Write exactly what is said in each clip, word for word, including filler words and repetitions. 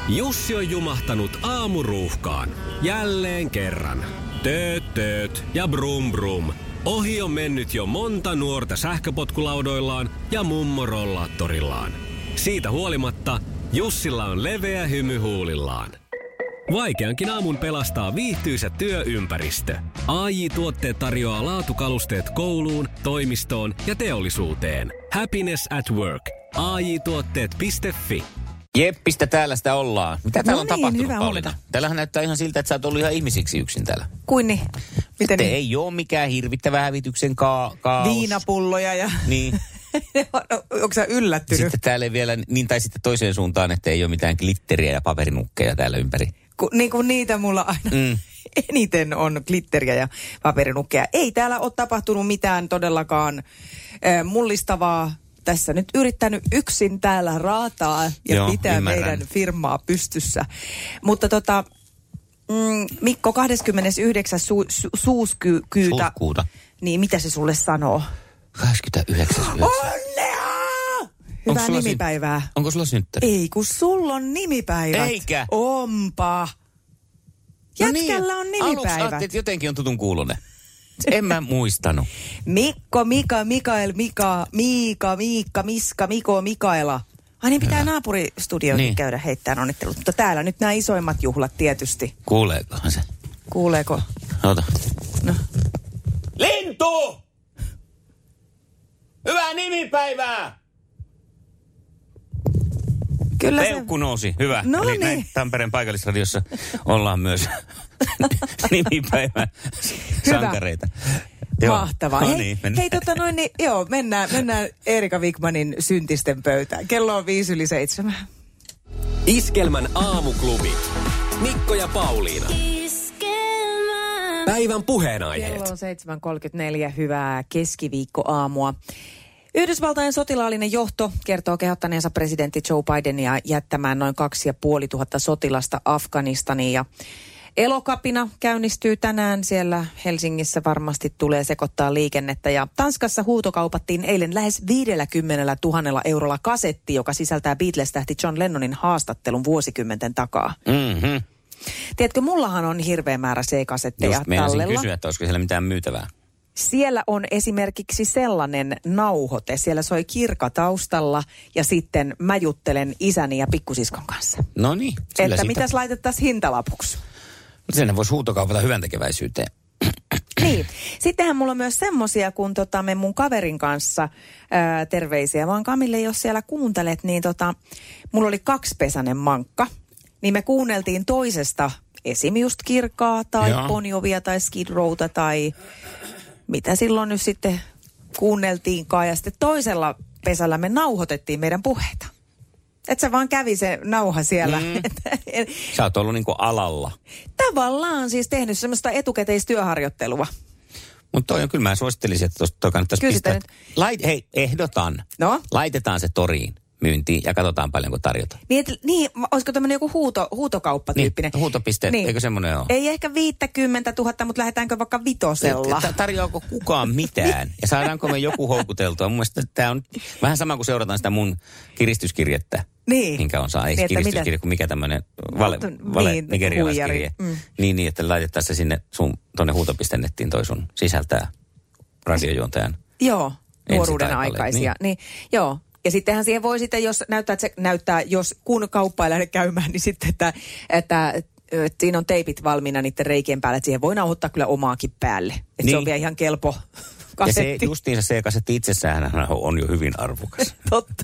Jussi on jumahtanut aamuruuhkaan. Jälleen kerran. Tööt, tööt ja brum brum. Ohi on mennyt jo monta nuorta sähköpotkulaudoillaan ja mummorollaattorillaan. Siitä huolimatta Jussilla on leveä hymy huulillaan. Vaikeankin aamun pelastaa viihtyisä työympäristö. A J-tuotteet tarjoaa laatukalusteet kouluun, toimistoon ja teollisuuteen. Happiness at work. A J tuotteet piste fi. Jeppistä täällä sitä ollaan. Mitä täällä No on niin, tapahtunut, hyvä Pauliina? huomenta. Täällähän näyttää ihan siltä, että sä oot ollut ihan ihmisiksi yksin täällä. Kuin niin? Miten niin? Ei ole mikään hirvittävä hävityksen ka- kaos. Viinapulloja ja... Niin. no, onko sä yllättynyt? Sitten täällä ei vielä, niin tai sitten toiseen suuntaan, että ei ole mitään glitteriä ja paperinukkeja täällä ympäri. Ku, niin kuin niitä mulla aina mm. eniten on glitteriä ja paperinukkeja. Ei täällä ole tapahtunut mitään todellakaan äh, mullistavaa. Tässä nyt yrittänyt yksin täällä raataa ja Joo, pitää ymmärrän. meidän firmaa pystyssä. Mutta tota, mm, Mikko, kahdeskymmenesyhdeksäs Su, su, suuskyytä. Suuskuuta. Niin, mitä se sulle sanoo? kahdeskymmenesyhdeksäs Onnea! Hyvää sulla nimipäivää. Syn... Onko sulla synttäri? Ei, kun sulla on nimipäivät. Eikä. Onpa. Jätkällä on Aluksi nimipäivät. ajattelin, että jotenkin on tutun kuulonen. En mä muistanut. Mikko, Mika, Mikael, Mika, Miika, Miikka, Miska, Miko, Mikaela. Ai niin, pitää naapuristudioihin Niin. käydä heittämään onnittelut. Mutta täällä nyt nämä isoimmat juhlat tietysti. Kuuleekohan se? Kuuleeko? Ota. No. Lintu! Hyvää nimipäivää! Kyllä se... Peukku nousi, hyvä. No Eli niin. näin Tampereen paikallisradiossa ollaan myös nimipäivä sankareita. Mahtavaa. No Hei, niin, mennään. hei tota noin, niin, joo, mennään, mennään Erika Wigmanin syntisten pöytään. Kello on viisi yli seitsemän. Iskelmän aamuklubi. Mikko ja Pauliina. Päivän puheenaiheet. Kello on seitsemän kolmekymmentäneljä. Hyvää keskiviikkoaamua. Yhdysvaltain sotilaallinen johto kertoo kehottaneensa presidentti Joe Bidenia jättämään noin kaksi ja puoli tuhatta sotilasta Afganistaniin. Ja elokapina käynnistyy tänään. Siellä Helsingissä varmasti tulee sekoittaa liikennettä. Ja Tanskassa huutokaupattiin eilen lähes viidelläkymmenellätuhannella eurolla kasetti, joka sisältää Beatles-tähti John Lennonin haastattelun vuosikymmenten takaa. Mm-hmm. Tiedätkö, mullahan on hirveä määrä C-kasetteja Just meinasin tallella. kysyä, että olisiko siellä mitään myytävää. Siellä on esimerkiksi sellainen nauhoite. Siellä soi kirka taustalla ja sitten mä juttelen isäni ja pikkusiskon kanssa. No niin. Että mitäs laitettaisiin hintalapuksi? Sen voisi huutokaupata hyvän tekeväisyyteen. Niin. Sittenhän mulla on myös semmosia, kun tota, me mun kaverin kanssa ää, terveisiä vaan Kamille, jos siellä kuuntelet, niin tota, mulla oli kaksipesäinen mankka. Niin me kuunneltiin toisesta esim. Just kirkaa tai Joo. Bon Jovia tai Skid Rowta tai mitä silloin nyt sitten kuunneltiinkaan. Ja sitten toisella pesällä me nauhoitettiin meidän puheita. Että se vaan kävi se nauha siellä. Mm. Sä oot ollut niinku alalla. Tavallaan siis tehnyt semmoista etukäteistyöharjoittelua. Mutta toi on kyllä, mä suosittelisin, että tuosta toi kannattaisi Kyllä pistää. sitä Lait, hei, ehdotan. No? Laitetaan se toriin myyntiin ja katsotaan paljonko tarjotaan. Niin, et, niin olisiko tämmöinen joku huuto, huutokauppatyyppinen? Niin, huutopisteet, eikö semmoinen ole? Ei ehkä viittäkymmentä tuhatta, mutta lähdetäänkö vaikka vitosella? Ta- Tarjoako kukaan mitään? Ja saadaanko me joku houkuteltua? Mun mielestä tämä on vähän sama kuin seurataan sitä mun kiristyskirjettä. Niin. Minkä on saa. Ei Niin, kiristyskirje, mitä? kuin mikä tämmöinen vale, vale niin, nigerialaiskirje. Mm. Niin, niin, että laitettaisiin se sinne sun tuonne huutopiste-nettiin toi sun sisältää radiojuontajan. Joo, nuoruuden ensitaipaleet, aikaisia. Niin. Niin, joo. Ja sittenhän siihen voi sitten, jos näyttää, että se näyttää, jos kun kauppa ei lähde käymään, niin sitten, että, että, että siinä on teipit valmiina niiden reikien päälle, että siihen voi nauhoittaa kyllä omaakin päälle. Että niin. Se on vielä ihan kelpo kasetti. Ja se justiinsa se kasetti itsessään on jo hyvin arvokas. Totta.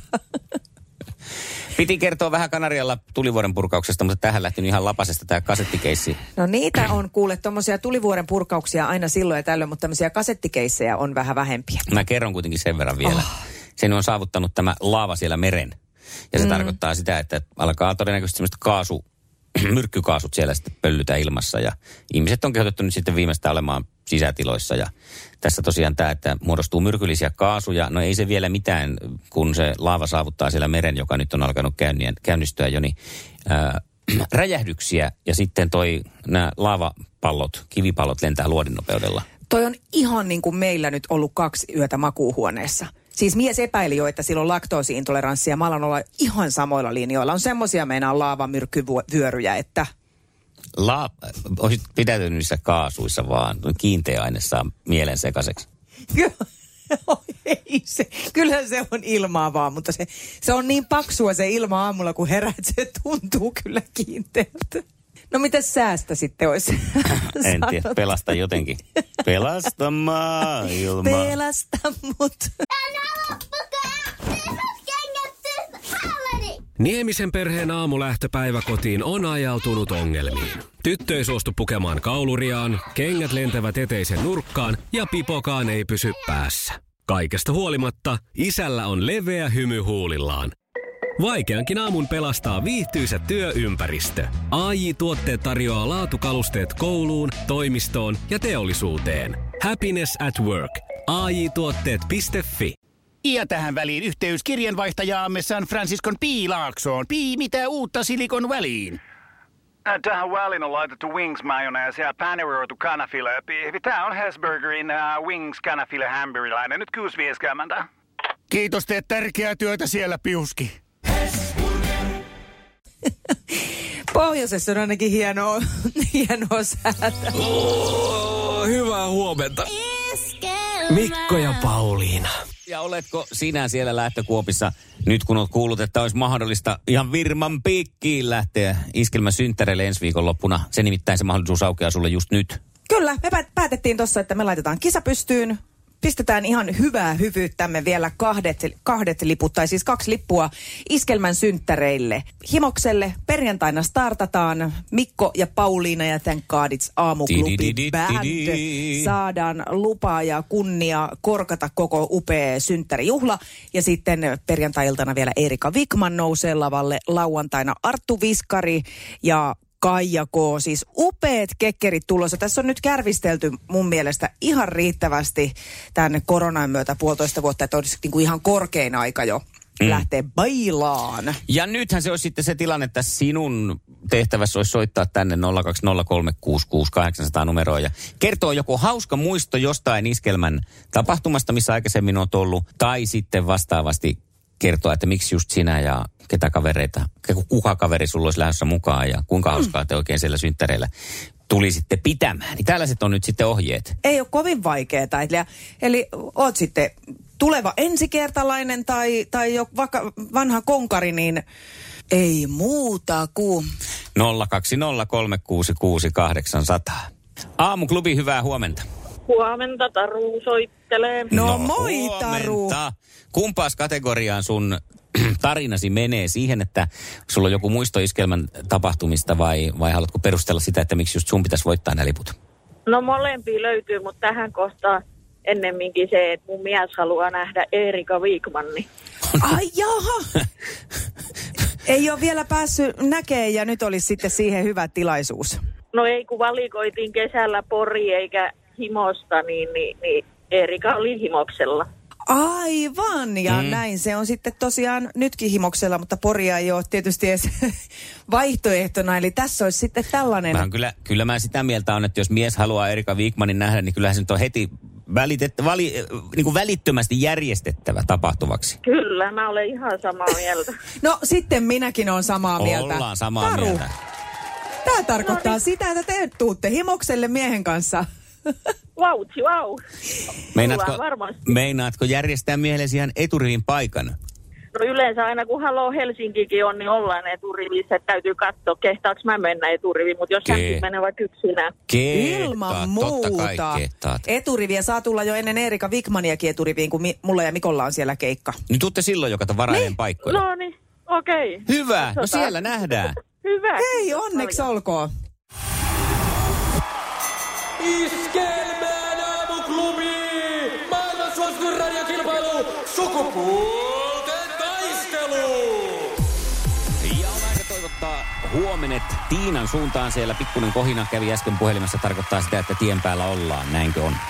Piti kertoa vähän Kanarialla tulivuoren purkauksesta, mutta tähän lähti ihan lapasesta tämä kasettikeissi. No niitä on kuule tuommoisia tulivuoren purkauksia aina silloin ja tällöin, mutta tämmöisiä kasettikeissejä on vähän vähempiä. Mä kerron kuitenkin sen verran vielä. Oh. Sen on saavuttanut tämä laava siellä meren. Ja se mm. tarkoittaa sitä, että alkaa todennäköisesti semmoista kaasu, myrkkykaasut siellä sitten pöllytä ilmassa. Ja ihmiset on kehotettu nyt sitten viimeistä olemaan sisätiloissa. Ja tässä tosiaan tämä, että muodostuu myrkyllisiä kaasuja. No ei se vielä mitään, kun se laava saavuttaa siellä meren, joka nyt on alkanut käynnistyä jo, niin ää, räjähdyksiä. Ja sitten toi nämä laavapallot, kivipallot lentää luodinnopeudella. Toi on ihan niin kuin meillä nyt ollut kaksi yötä makuuhuoneessa. Siis mies epäili jo, että sillä on laktoosiintoleranssi ja mä alan olla ihan samoilla linjoilla. On semmoisia meinaa laavamyrkkyvyöryjä, että... La... Olisit pitäytynyt niissä kaasuissa vaan. Kiinteä aine saa mielen sekaiseksi. Ei se. Kyllähän se on ilmaa vaan, mutta se, se on niin paksua se ilma aamulla, kun herät, se tuntuu kyllä kiinteältä. No mitäs säästä sitten olisi? En tiedä, pelasta jotenkin. Pelasta maailma. Pelasta mut. Niemisen perheen aamulähtöpäivä kotiin on ajautunut ongelmiin. Tyttö ei suostu pukemaan kauluriaan, kengät lentävät eteisen nurkkaan ja pipokaan ei pysy päässä. Kaikesta huolimatta isällä on leveä hymy huulillaan. Vaikeankin aamun pelastaa viihtyisä työympäristö. A J-tuotteet tarjoaa laatukalusteet kouluun, toimistoon ja teollisuuteen. Happiness at work. A J tuotteet piste fi. Ja tähän väliin yhteys kirjanvaihtajaamme San Franciscon Piilaaksoon. Pii, mitä uutta Silikon väliin? Tähän väliin on laitettu wings mayonnaise ja paneroitu kanafila. Tämä on Hesburgerin uh, wings kanafila hamburilainen. Nyt kuusi vieskäämäntä. Kiitos, teet tärkeää työtä siellä, Piuski. Pohjoisessa on ainakin hienoa, hienoa säätä. Oh, hyvää huomenta. Mikko ja Pauliina. Ja oletko sinä siellä lähtökuopissa nyt, kun olet kuullut, että olisi mahdollista ihan virman piikkiin lähteä iskelmäsynttäreille ensi viikonloppuna? Se nimittäin se mahdollisuus aukeaa sulle just nyt. Kyllä, me päätettiin tuossa, että me laitetaan kisa pystyyn. Pistetään ihan hyvää hyvyyttämme vielä kahdet, kahdet liput, tai siis kaksi lippua iskelmän synttäreille. Himokselle perjantaina startataan Mikko ja Pauliina ja Thank God It's Aamuklubi Band. Saadaan lupaa ja kunnia korkata koko upea synttärijuhla. Ja sitten perjantai-iltana vielä Erika Wikman nousee lavalle, lauantaina Arttu Viskari ja Kaija K. Siis upeat kekkerit tulossa. Tässä on nyt kärvistelty mun mielestä ihan riittävästi tämän koronan myötä puolitoista vuotta, että olisi niin kuin ihan korkein aika jo mm. lähteä bailaan. Ja nythän se olisi sitten se tilanne, että sinun tehtävässä olisi soittaa tänne nolla kaksi nolla kolme kuusi kuusi kahdeksan nolla nolla numeroa ja kertoo joku hauska muisto jostain iskelmän tapahtumasta, missä aikaisemmin on ollut, tai sitten vastaavasti kertoa, että miksi just sinä ja ketä kavereita, kuka kaveri sulla olisi lähdössä mukaan ja kuinka hauskaa te oikein siellä synttäreillä tulisitte pitämään. Niin tällaiset on nyt sitten ohjeet. Ei ole kovin vaikeaa. Eli, eli oot sitten tuleva ensikertalainen tai, tai jo vaikka vanha konkari, niin ei muuta kuin nolla kaksi nolla kolme kuusi kuusi kahdeksan nolla nolla. Aamuklubi, hyvää huomenta. Huomenta, Taru soittelee. No, no moi, Taru. Huomenta. Kumpaas kategoriaan sun tarinasi menee siihen, että sulla on joku muistoiskelmän tapahtumista vai, vai haluatko perustella sitä, että miksi just sun pitäisi voittaa nämä liput? No molempia löytyy, mutta tähän kohtaan ennemminkin se, että mun mies haluaa nähdä Erika Wikmanni. Ai jaha! Ei ole vielä päässyt näkemään ja nyt olisi sitten siihen hyvä tilaisuus. No ei, kun valikoitiin kesällä Pori eikä himosta, niin, niin, niin Erika oli himoksella. Aivan, ja mm. näin se on sitten tosiaan nytkin himoksella, mutta Poria ei ole tietysti edes vaihtoehtona, eli tässä olisi sitten tällainen. Mä kyllä, kyllä mä sitä mieltä on, että jos mies haluaa Erika Wikmanin nähdä, niin kyllähän se nyt on heti välitet, vali, niin kuin välittömästi järjestettävä tapahtuvaksi. Kyllä, mä olen ihan samaa mieltä. No sitten minäkin olen samaa mieltä. Ollaan samaa Taru, mieltä. Tämä tarkoittaa no, niin. sitä, että te tuutte himokselle miehen kanssa. Vautsi, vau. Meinaatko, meinaatko järjestää miehellesi ihan eturivin paikan? No yleensä aina kun Halo Helsinkikin on, niin ollaan eturivissä, että täytyy katsoa, kehtaanko mä mennä eturiviin, mutta jos hänkin menee vaikka yksinään. Ilman muuta. Eturiviä saa tulla jo ennen Erika Wikmaniakin eturiviin, kun mi- mulla ja Mikolla on siellä keikka. Niin tuutte silloin jo kato varainen niin? paikkoja. No niin, okei. Okay. Hyvä, Katsotaan. No siellä nähdään. Hyvä. Hei, onneksi olkoon. Iskelmään aamuklubi! Maailman suosituin radiokilpailu! Sukupuolten taistelu! Ja on aika toivottaa huomenet Tiinan suuntaan. Siellä pikkuinen kohina kävi äsken puhelimessa. Tarkoittaa sitä, että tien päällä ollaan. Näinkö on?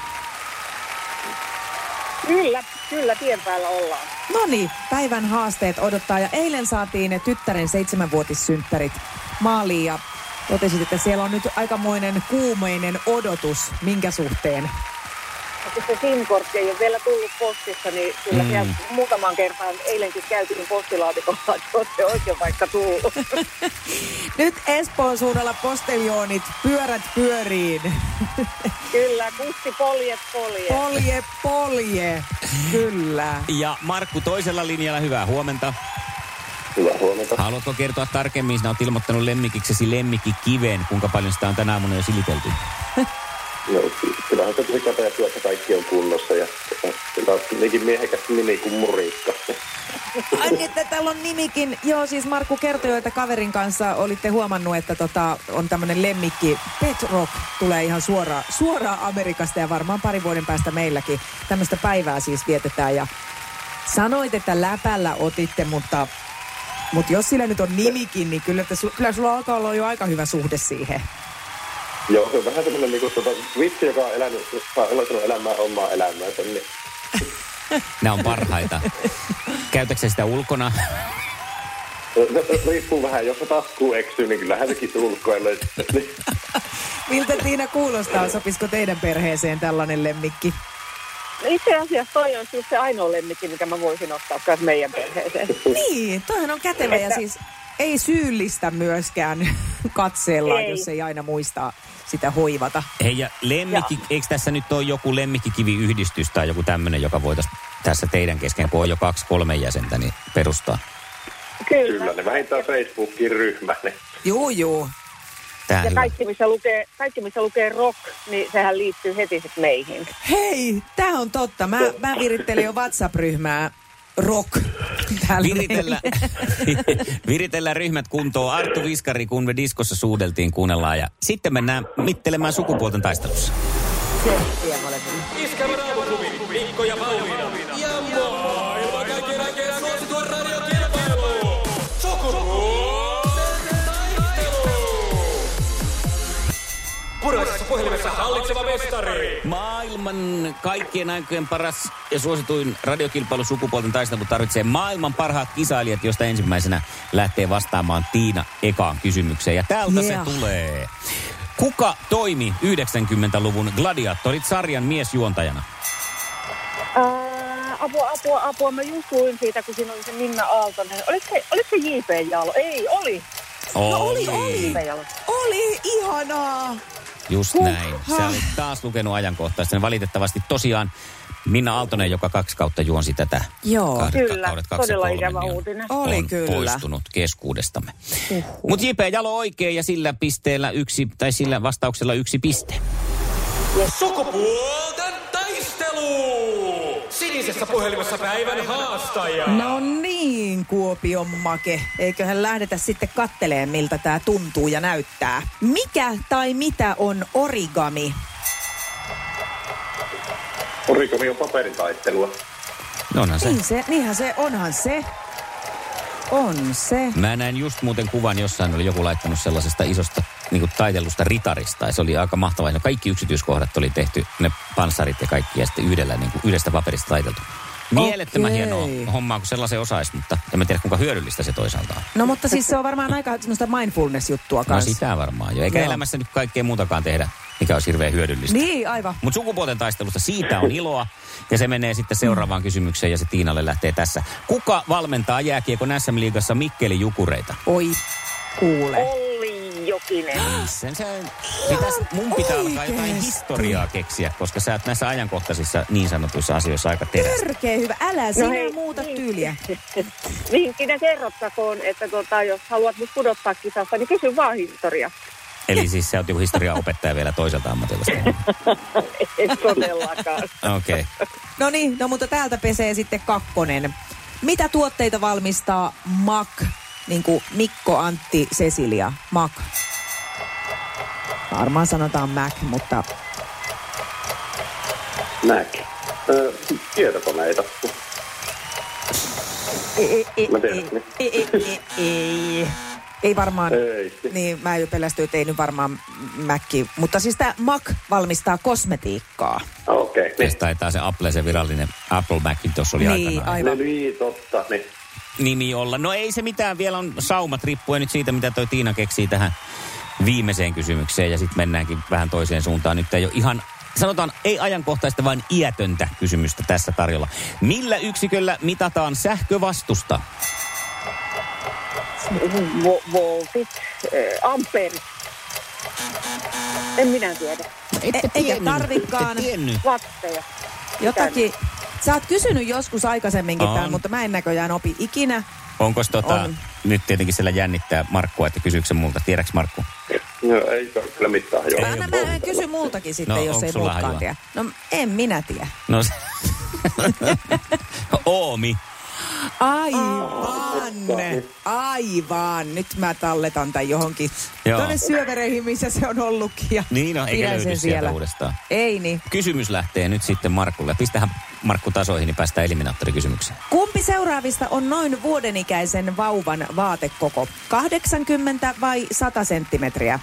Kyllä, kyllä tien päällä ollaan. Noniin, päivän haasteet odottaa. Ja eilen saatiin tyttären seitsemänvuotissynttärit maaliin ja totesit, että siellä on nyt aikamoinen kuumeinen odotus. Minkä suhteen? kun se SIM-kortti ei ole vielä tullut postissa, niin kyllä mm. siellä muutaman kertaan eilenkin käytiin postilaatikolla, että on se oikein vaikka tullut. Nyt Espoon suunnalla posteljoonit, pyörät pyöriin. Kyllä, kusti polje polje. Polje polje, kyllä. Ja Markku toisella linjalla, hyvää huomenta. Hyvää huomenta. Haluatko kertoa tarkemmin, sinä olet ilmoittanut lemmikiksesi lemmikkikiven, kuinka paljon sitä on tänä aamuna jo silitelty? No, kyllähän se tosi kapeaksi, että kaikki on kunnossa ja kyllä on niinkin miehekäs nimi kuin Murikka. Ai niin, että täällä on nimikin. Joo, siis Markku kertoi jo, että kaverin kanssa olitte huomannut, että tota, on tämmöinen lemmikki. Pet Rock tulee ihan suoraan, suoraan Amerikasta ja varmaan pari vuoden päästä meilläkin. Tämmöistä päivää siis vietetään ja sanoit, että läpällä otitte, mutta, mutta jos sillä nyt on nimikin, niin kyllä, että su, kyllä sulla alkaa olla jo aika hyvä suhde siihen. Joo, se on vähän semmoinen niin tuota, vitsi, joka on elänyt, elänyt elämää omaa elämäänsä. Niin. Nämä on parhaita. Käytätkö sitä ulkona? Riippuu vähän, jos se taskuun eksyy, niin kyllähän sekin ulkoilee. Miltä Tiina kuulostaa? Sopisiko teidän perheeseen tällainen lemmikki? Itse asiassa toi on siis se ainoa lemmikki, mikä mä voisin ottaa myös meidän perheeseen. Niin, toihan on kätevä ja siis ei syyllistä myöskään katseella, ei. Jos ei aina muistaa sitä hoivata. Hei, ja lemmikki, eikö tässä nyt ole joku lemmikkikiviyhdistys tai joku tämmöinen, joka voitaisiin tässä teidän kesken, kun on jo kaksi kolme jäsentä, niin perustaa? Kyllä. Kyllä, ne vähintään Facebookin ryhmä. Ne. Juu, juu. Tää ja kaikki missä, lukee, kaikki, missä lukee rock, niin sehän liittyy heti sitten meihin. Hei, tää on totta. Mä, mä virittelen jo WhatsApp-ryhmää. Rock. Viritellä, viritellään ryhmät kuntoon. Arttu Viskari, kun me diskossa suudeltiin, kuunnellaan. Ja sitten mennään mittelemään sukupuolten taistelussa. Iskävä raamuklubi, Mikko ja Pauliina. Ja maailman kaikkien aikeen suosituen radiokilpailu. Sukupuolten taistelu. Puraisessa puhelimessa hallitseva mestari. Maailman kaikkien aikojen paras ja suosituin radiokilpailu Sukupuolten taistelu tarvitsee maailman parhaat kisailijat, josta ensimmäisenä lähtee vastaamaan Tiina ekaan kysymykseen. Ja täältä yeah. se tulee. Kuka toimi yhdeksänkymmentäluvun Gladiatorit-sarjan miesjuontajana? Ää, apua, apua, apua. Mä just luin siitä, kun siinä oli se Minna Aaltonen. Oliko se, oliko se J P Jalo? Ei, oli. Oli. No oli, oli. Oli, ihanaa. Just huh, näin. Sä olit taas lukenut ajankohtaisesti. Valitettavasti tosiaan Minna Aaltonen, joka kaksi kautta juonsi tätä. Joo, kahdet, kyllä. Kaudet kaksi todella ja kolme, ikävä niin uutinen. Oli on kyllä. poistunut keskuudestamme. Uhuh. Mutta J P Jalo oikein ja sillä pisteellä yksi, tai sillä vastauksella yksi piste. Sukupuolten taistelu! Sinisessä puhelimessa päivän haastaja. No niin, Kuopion make. Eiköhän lähdetä sitten katteleen, miltä tämä tuntuu ja näyttää. Mikä tai mitä on origami? Origami on paperitaistelua. No onhan se. Niin se, niinhän se, onhan se. On se. Mä näin just muuten kuvan, jossain oli joku laittanut sellaisesta isosta niin kuin taitellusta ritarista. Ja se oli aika mahtavaa. No kaikki yksityiskohdat oli tehty, ne panssarit ja kaikki, ja sitten yhdellä, niin kuin, yhdestä paperista taiteltu. Mielettömän Okei. hienoa hommaa, kun sellaisen osaisi, mutta en mä tiedä, kuinka hyödyllistä se toisaalta on. No mutta siis se on varmaan aika semmoista mindfulness-juttua No kanssa. sitä varmaan jo. Eikä Joo. elämässä nyt kaikkea muutakaan tehdä, mikä olisi hirveän hyödyllistä. Niin, aivan. Mutta sukupuolten taistelusta siitä on iloa. Ja se menee sitten seuraavaan mm. kysymykseen ja se Tiinalle lähtee tässä. Kuka valmentaa jääkiekon S M-liigassa Mikkelin Jukureita? Oi, kuule. Olli Jokinen. Sen se pitäis, mun pitää alkaa jotain historiaa keksiä, koska sä oot näissä ajankohtaisissa niin sanotuissa asioissa aika terästä. Törkeä hyvä. Älä sinä No hei, muuta niin. tyyliä. Vinkkinä kerrottakoon, että tota, jos haluat mut pudottaa kisasta, niin kysy vaan historia. Eli siis sä oot joku historiaopettaja vielä toiselta ammatilta. En todellakaan. Okei. Okay. No niin, no mutta täältä pesee sitten kakkonen. Mitä tuotteita valmistaa M A C, niin kuin Mikko, Antti, Cecilia, M A C? Varmaan sanotaan Mac, mutta... Mac. Öö, tietokoneita. Ei, ei, Mä tiedän, ei, ei, ei, ei. Ei varmaan, Ei. niin mä jo pelästyin, että ei nyt varmaan Mäkki. Mutta siis tämä M A C valmistaa kosmetiikkaa. Okei. Okay, Niin. Taitaa se Apple, se virallinen Apple Macintosh oli Niin, aikanaan aivan. Ne niin, totta. Niin. nimi olla. No ei se mitään, vielä on saumat riippuen nyt siitä, mitä toi Tiina keksii tähän viimeiseen kysymykseen. Ja sitten mennäänkin vähän toiseen suuntaan. Nyt ei ole ihan sanotaan ei ajankohtaista, vaan iätöntä kysymystä tässä tarjolla. Millä yksiköllä mitataan sähkövastusta? Vo- voltit, äh, ampeerit. En minä tiedä. E- eikä tarvikaan Watteja. jotakin. Sä oot kysynyt joskus aikaisemminkin On. tämän, mutta mä en näköjään opi ikinä. Onko tota, On. nyt tietenkin siellä jännittää Markkua, että kysyykö se multa? Tiedäks Markku? No ei se ole kyllä mitään. Joo. Anna mä kysy multakin sitten, No, jos onks ei sulla muutkaan hajua? tiedä. No en minä tiedä. No se... Oomi. Aivan, aivan. Nyt mä talletan tämän johonkin Joo. tuonne syövereihin, missä se on ollutkin. Ja Niin on, eikä pidän löydy sen sieltä siellä. uudestaan. Ei niin. Kysymys lähtee nyt sitten Markulle. Pistähän Markku tasoihin, niin päästään eliminaattorikysymykseen. Kumpi seuraavista on noin vuodenikäisen vauvan vaatekoko? kahdeksankymmentä vai sata senttimetriä?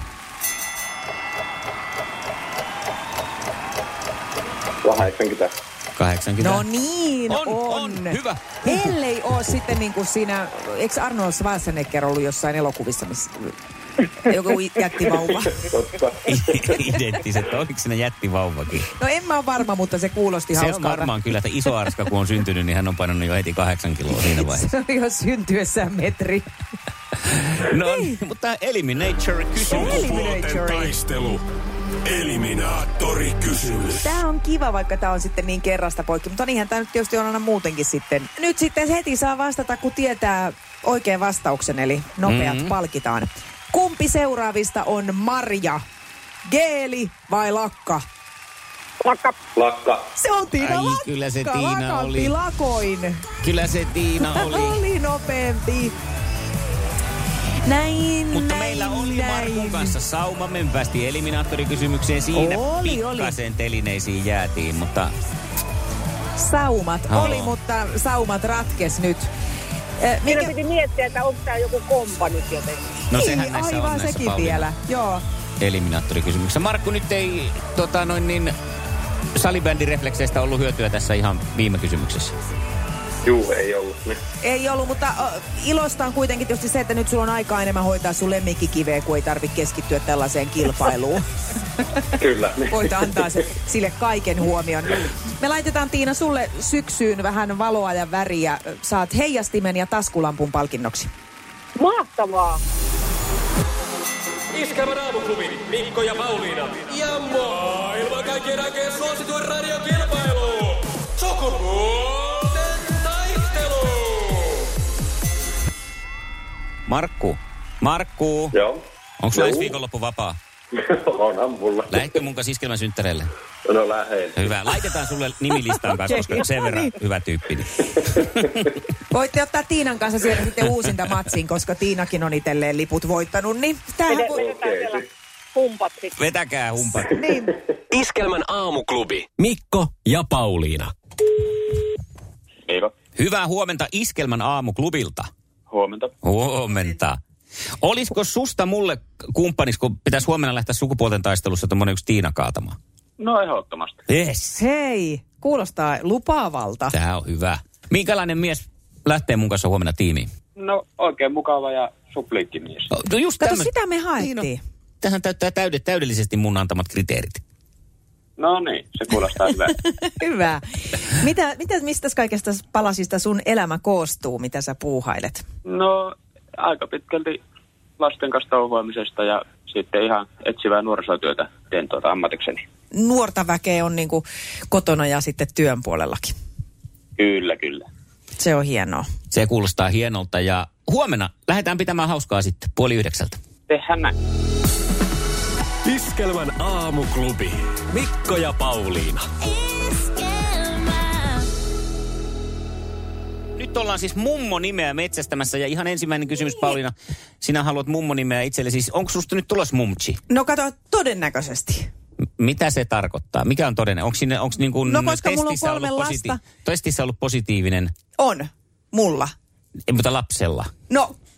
kahdeksankymmentä. kahdeksankymmentä. No niin, On, on. on, hyvä. Ellei ole sitten niin kuin siinä, eikö Arnold Schwarzenegger ollut jossain elokuvissa, missä joku jättivauva? Totta. Identtiset. Oliko siinä jättivauvakin? No en mä ole varma, mutta se kuulosti Se on hauskalta. varmaan kyllä, että iso arska kun on syntynyt, niin hän on painanut jo heti kahdeksan kiloa siinä vaiheessa. Se on jo syntyessään metri. No niin, mutta Eliminator-kysymys. Eliminator. taistelu. Eliminaattori-kysymys. Tää on kiva, vaikka tää on sitten niin kerrasta poikki, mutta niinhän tää nyt tietysti on aina muutenkin sitten. Nyt sitten heti saa vastata, kun tietää oikean vastauksen, eli nopeat Mhm. palkitaan. Kumpi seuraavista on Marja? Geeli vai Lakka? Lakka. Lakka. Se on Tiina Ai, Lakka. kyllä se Tiina Lakantti oli. lakoin. Kyllä se Tiina oli. Oli nopeampi. Näin, Mutta näin, meillä oli näin. Markun kanssa sauma. Me päästiin eliminaattorikysymykseen. Siinä Oli, oli. pikkasen telineisiin jäätiin, mutta Saumat Joo. oli, mutta saumat ratkes nyt. Eh, Minä Mikä... piti miettiä, että onko tämä joku kompa nyt jotenkin. no Niin, sehän näissä aivan on näissä sekin Pauliina vielä, joo. eliminaattorikysymyksessä. Markku, nyt ei tota, noin niin, salibändireflekseistä ollut hyötyä tässä ihan viime kysymyksessä. Juu, ei ollut. Niin. Ei ollut, mutta uh, ilosta on kuitenkin tietysti se, että nyt sulla on aikaa enemmän hoitaa sun lemmikkikiveä, kun ei tarvitse keskittyä tällaiseen kilpailuun. Kyllä. Niin. Voit antaa se, sille kaiken huomion. Me laitetaan, Tiina, sulle syksyyn vähän valoa ja väriä. Saat heijastimen ja taskulampun palkinnoksi. Mahtavaa! Iskelmän aamuklubi, Mikko ja Pauliina. Ja maailman kaikkien aikeen suosituen radiokilpailu. Sukupuolten taistelu. Markku, Markku, Joo. onko sulla Joo. ensi viikonloppu vapaa? Onhan mulla. Lähdetkö mun kanssa iskelmän synttäreille? No lähden. Hyvä. Laitetaan sulle nimilistaan kanssa, koska sen verran hyvä tyyppi. Niin. Voitte ottaa Tiinan kanssa siellä sitten uusinta matsiin, koska Tiinakin on itselleen liput voittanut. Niin tämähän Vedetään voi... Okei, siellä sit. humpat sitten. Vetäkää humpat. Niin. Iskelmän aamuklubi. Mikko ja Pauliina. Eikö? Hyvää huomenta Iskelmän aamuklubilta. Huomenta. Huomenta. Olisiko susta mulle kumppaniksi, kun pitäisi huomenna lähteä sukupuolten taistelussa tommonen yksi Tiina kaatamaan? No ehdottomasti. Yes. Hei, kuulostaa lupaavalta. Tää on hyvä. Minkälainen mies lähtee mun kanssa huomenna tiimiin? No oikein mukava ja supliikki mies. No just Kato, tämmönen- sitä me haettiin. Niin on. Tähän täyttää täydet, täydellisesti mun antamat kriteerit. No niin, se kuulostaa hyvältä. Hyvä. Mitä, mitä, mistä kaikesta palasista sun elämä koostuu, mitä sä puuhailet? No aika pitkälti lasten kanssa touhuamisesta ja sitten ihan etsivää nuorisotyötä teen tuota ammatikseni. Nuorta väkeä on niinku kotona ja sitten työn puolellakin. Kyllä, kyllä. Se on hienoa. Se kuulostaa hienolta ja huomenna lähdetään pitämään hauskaa sitten puoli yhdeksältä. Tehdään näin. Iskelmän aamuklubi. Mikko ja Pauliina. Nyt ollaan siis mummo-nimeä metsästämässä ja ihan ensimmäinen kysymys, Pauliina. Sinä haluat mummo-nimeä itselle. Siis onko susta nyt tulos mumchi? No kato, todennäköisesti. M- mitä se tarkoittaa? Mikä on todennäköinen? Onko sinne, onko niin kuin No, koska mulla on testissä kolme ollut lasta. testissä ollut positiivinen, On. Mulla. ei, mutta lapsella? No,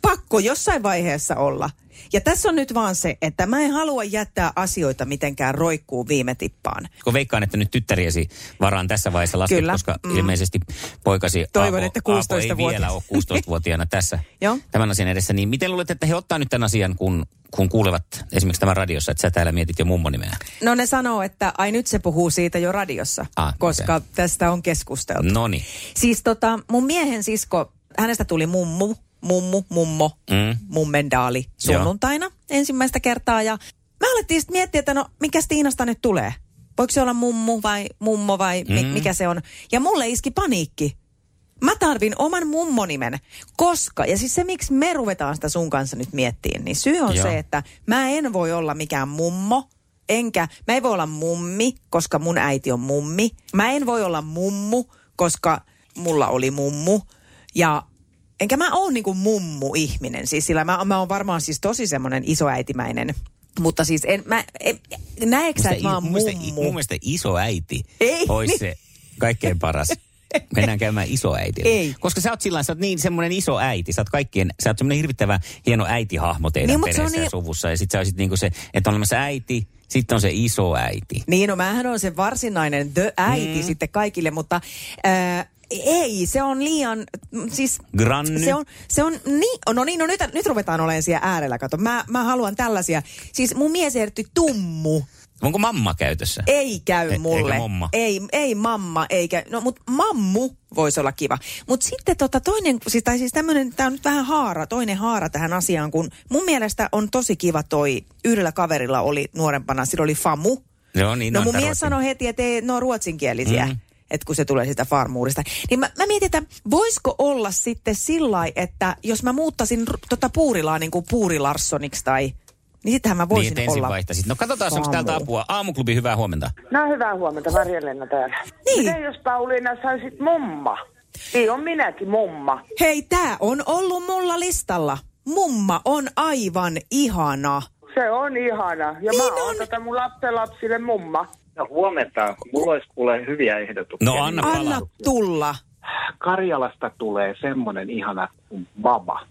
pakko jossain vaiheessa olla. Ja tässä on nyt vaan se, että mä en halua jättää asioita mitenkään roikkuu viime tippaan. Kun veikkaan, että nyt tyttäriesi varaan tässä vaiheessa lasket, Kyllä. koska mm. ilmeisesti poikasi Toivon, Aapo, että kuusitoista Aapo ei vielä ole kuusitoistavuotiaana tässä tämän asian edessä. Niin miten luulet, että he ottaa nyt tämän asian, kun, kun kuulevat esimerkiksi tämän radiossa, että sä täällä mietit jo mummonimeä? No ne sanoo, että ai nyt se puhuu siitä jo radiossa, ah, koska okay. tästä on keskusteltu. Noniin. Siis tota, mun miehen sisko, hänestä tuli mummu. Mummu, mummo, mm. mummendaali sunnuntaina Joo. ensimmäistä kertaa. Ja mä alettiin sitten miettiä, että no mikäs Tiinasta nyt tulee? Voiko se olla mummu vai mummo vai mm. mikä se on? Ja mulle iski paniikki. Mä tarvin oman mummonimen, koska, ja siis se miksi me ruvetaan sitä sun kanssa nyt miettiin, niin syy on Joo. se, että mä en voi olla mikään mummo, enkä, mä en voi olla mummi, koska mun äiti on mummi. Mä en voi olla mummu, koska mulla oli mummu. Ja enkä mä oon niinku mummu-ihminen, siis sillä mä, mä oon varmaan siis tosi semmoinen isoäitimäinen. Mutta siis en, mä, en, näetkö sä, että mä oon mummu? Mun mielestä isoäiti Ei, olisi niin. se kaikkein paras. Mennään käymään isoäitillä. Ei. Koska sä oot sillä sä oot niin semmoinen iso äiti. Sä oot kaikkien, sä oot semmoinen hirvittävä hieno äitihahmo teidän niin, perheessä ja niin suvussa. Ja sit sä olisit niinku se, että on olemassa äiti, sitten on se iso äiti. Niin, no mähän on se varsinainen the äiti mm. sitten kaikille, mutta Äh, ei, se on liian, siis Granny. Se on, se on, niin, no niin, no nyt, nyt ruvetaan olemaan siellä äärellä, kato. Mä, mä haluan tällaisia, siis mun mies ehdotti tummu. Onko mamma käytössä? Ei käy e, mulle. Eikä mamma? Ei, ei mamma, eikä, no mut mammu voisi olla kiva. Mut sitten tota toinen, siis, tai siis tämmönen, tää on nyt vähän haara, toinen haara tähän asiaan, kun mun mielestä on tosi kiva toi, yhdellä kaverilla oli nuorempana, sillä oli Famu. Joo, niin no on mun mies ruotsin. sanoi heti, että ei, ne on ruotsinkielisiä. Mm. Että kun se tulee sitä farmuurista. Niin mä, mä mietin, että voisiko olla sitten sillai, että jos mä muuttaisin r- tota Puurilaa niin kuin Puurilarssoniksi tai, niin sittenhän mä voisin niin, olla. Vaihtaisit. No katsotaan, onko täältä apua. Aamuklubi, hyvää huomenta. No hyvää huomenta, Marja-Leena täällä. Niin. Miten jos Pauliina saisit mumma? Niin on minäkin mumma. Hei, tää on ollut mulla listalla. Mumma on aivan ihana. Se on ihana. Ja niin mä oon tätä mun lapsenlapsille mumma. No huomenta. Mulla olisi kuule hyviä ehdotuksia. No anna palaa. Anna tulla. Karjalasta tulee semmonen ihana kuin Baba.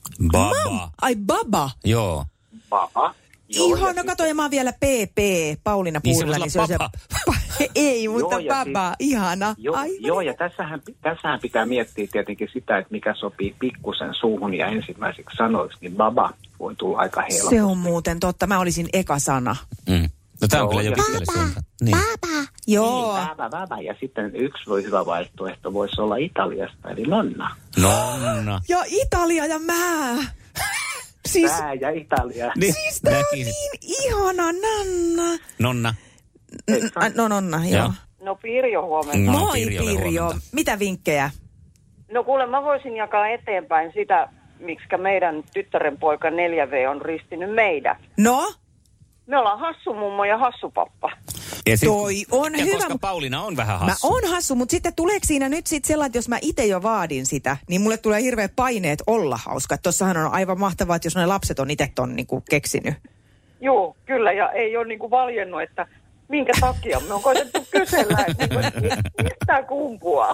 Baba. Mam, ai Baba. Joo. Baba. Joo, ihana, kato, ja mä oon vielä P P, Pauliina Puurila. Niin se voisi olla se, ei, mutta joo, Baba, siis, ihana. Jo, joo, ja tässähän, tässähän pitää miettiä tietenkin sitä, että mikä sopii pikkusen suuhun ja ensimmäiseksi sanoiksi, niin Baba voi tulla aika helposti. Se on muuten totta, mä olisin eka sana. Mm. No tää on joo, kyllä jo pitkälle suuntaan. Niin. Baba. Joo. Niin, baba, baba. Ja sitten yksi voi hyvä vaihtoehto voisi olla Italiasta, eli Nonna. Nonna. Ja Italia ja mä. Siis, Tää ja Italia. Niin, siis tää on niin ihana, Nanna. Nonna. N- no Nonna, joo. joo. No Pirjo huomenta. No, Moi Pirjolle Pirjo. huomenta. Mitä vinkkejä? No kuule, mä voisin jakaa eteenpäin sitä, miksikä meidän tyttären poika neljä V on ristinyt meidät. No? Me ollaan hassumummo ja hassupappa. Ja sit, Toi on ja hyvä. koska Pauliina on vähän hassu. Mä oon hassu, mutta sitten tuleeko siinä nyt sit sellainen, että jos mä itse jo vaadin sitä, niin mulle tulee hirveät paineet olla hauska. Tossahan on aivan mahtavaa, että jos ne lapset on itse ton niinku keksinyt. Joo, kyllä, ja ei ole niinku valjennut, että minkä takia. Me on koitettu kysellä, että mistä kumpuaa.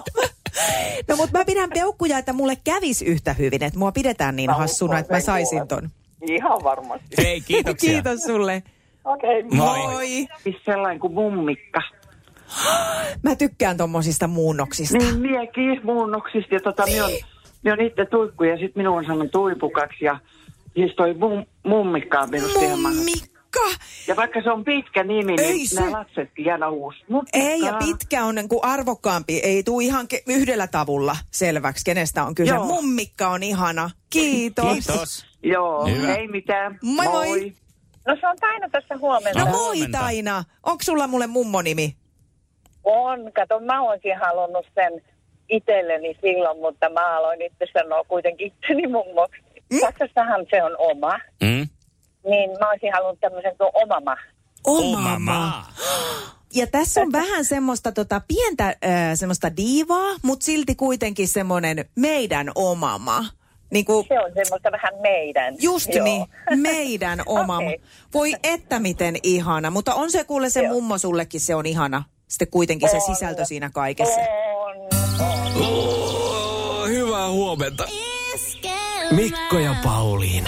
No mutta mä pidän peukkuja, että mulle kävisi yhtä hyvin, että mua pidetään niin mä hassuna, että mä saisin ton. Ihan varmasti. Hei, kiitoksia. Kiitos sulle. Okei. Okay, moi. Moi. Sellainen kuin mummikka. Mä tykkään tommosista muunnoksista. Niin, miekin muunnoksista. Ja tota, niin. minä on itse tuikku ja sitten minun on sanonut tuipukaksi. Ja siis toi mum, mummikka on minusta ihan Mummikka. Ja vaikka se on pitkä nimi, ei niin se... nämä lapsetkin jäädä uusi. Mummikka. Ei, ja pitkä on niin kuin arvokkaampi. Ei tuu ihan ke- yhdellä tavulla selväksi, kenestä on kyse. Joo. Mummikka on ihana. Kiitos. Kiitos. Joo, hyvä. Ei mitään. Moi moi. moi. No se on Taina tässä huomenta. No moi huomenta. Taina. Onko sulla mulle mummonimi? On. Kato, mä oonkin halunnut sen itselleni silloin, mutta mä aloin itse sanoa kuitenkin itseni mummoksi. Mm? Saksassahan se on oma. Mm? Niin mä olisin halunnut tämmöisen kuin omama. Omama. Ja tässä on vähän semmoista tota, pientä äh, semmoista diivaa, mutta silti kuitenkin semmoinen meidän omama. Niin kuin, se on semmoista vähän meidän. Just Joo. niin, meidän omama. Okay. Voi että miten ihana, mutta on se kuule se Joo. mummo sullekin, se on ihana. Sitten kuitenkin on. Se sisältö siinä kaikessa. On, on. Oh, hyvää huomenta. Mikko ja Pauliina.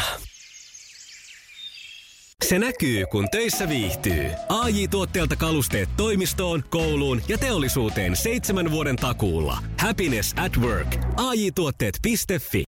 Se näkyy, kun töissä viihtyy. A J-tuotteelta kalusteet toimistoon, kouluun ja teollisuuteen seitsemän vuoden takuulla. Happiness at work. A J tuotteet piste fi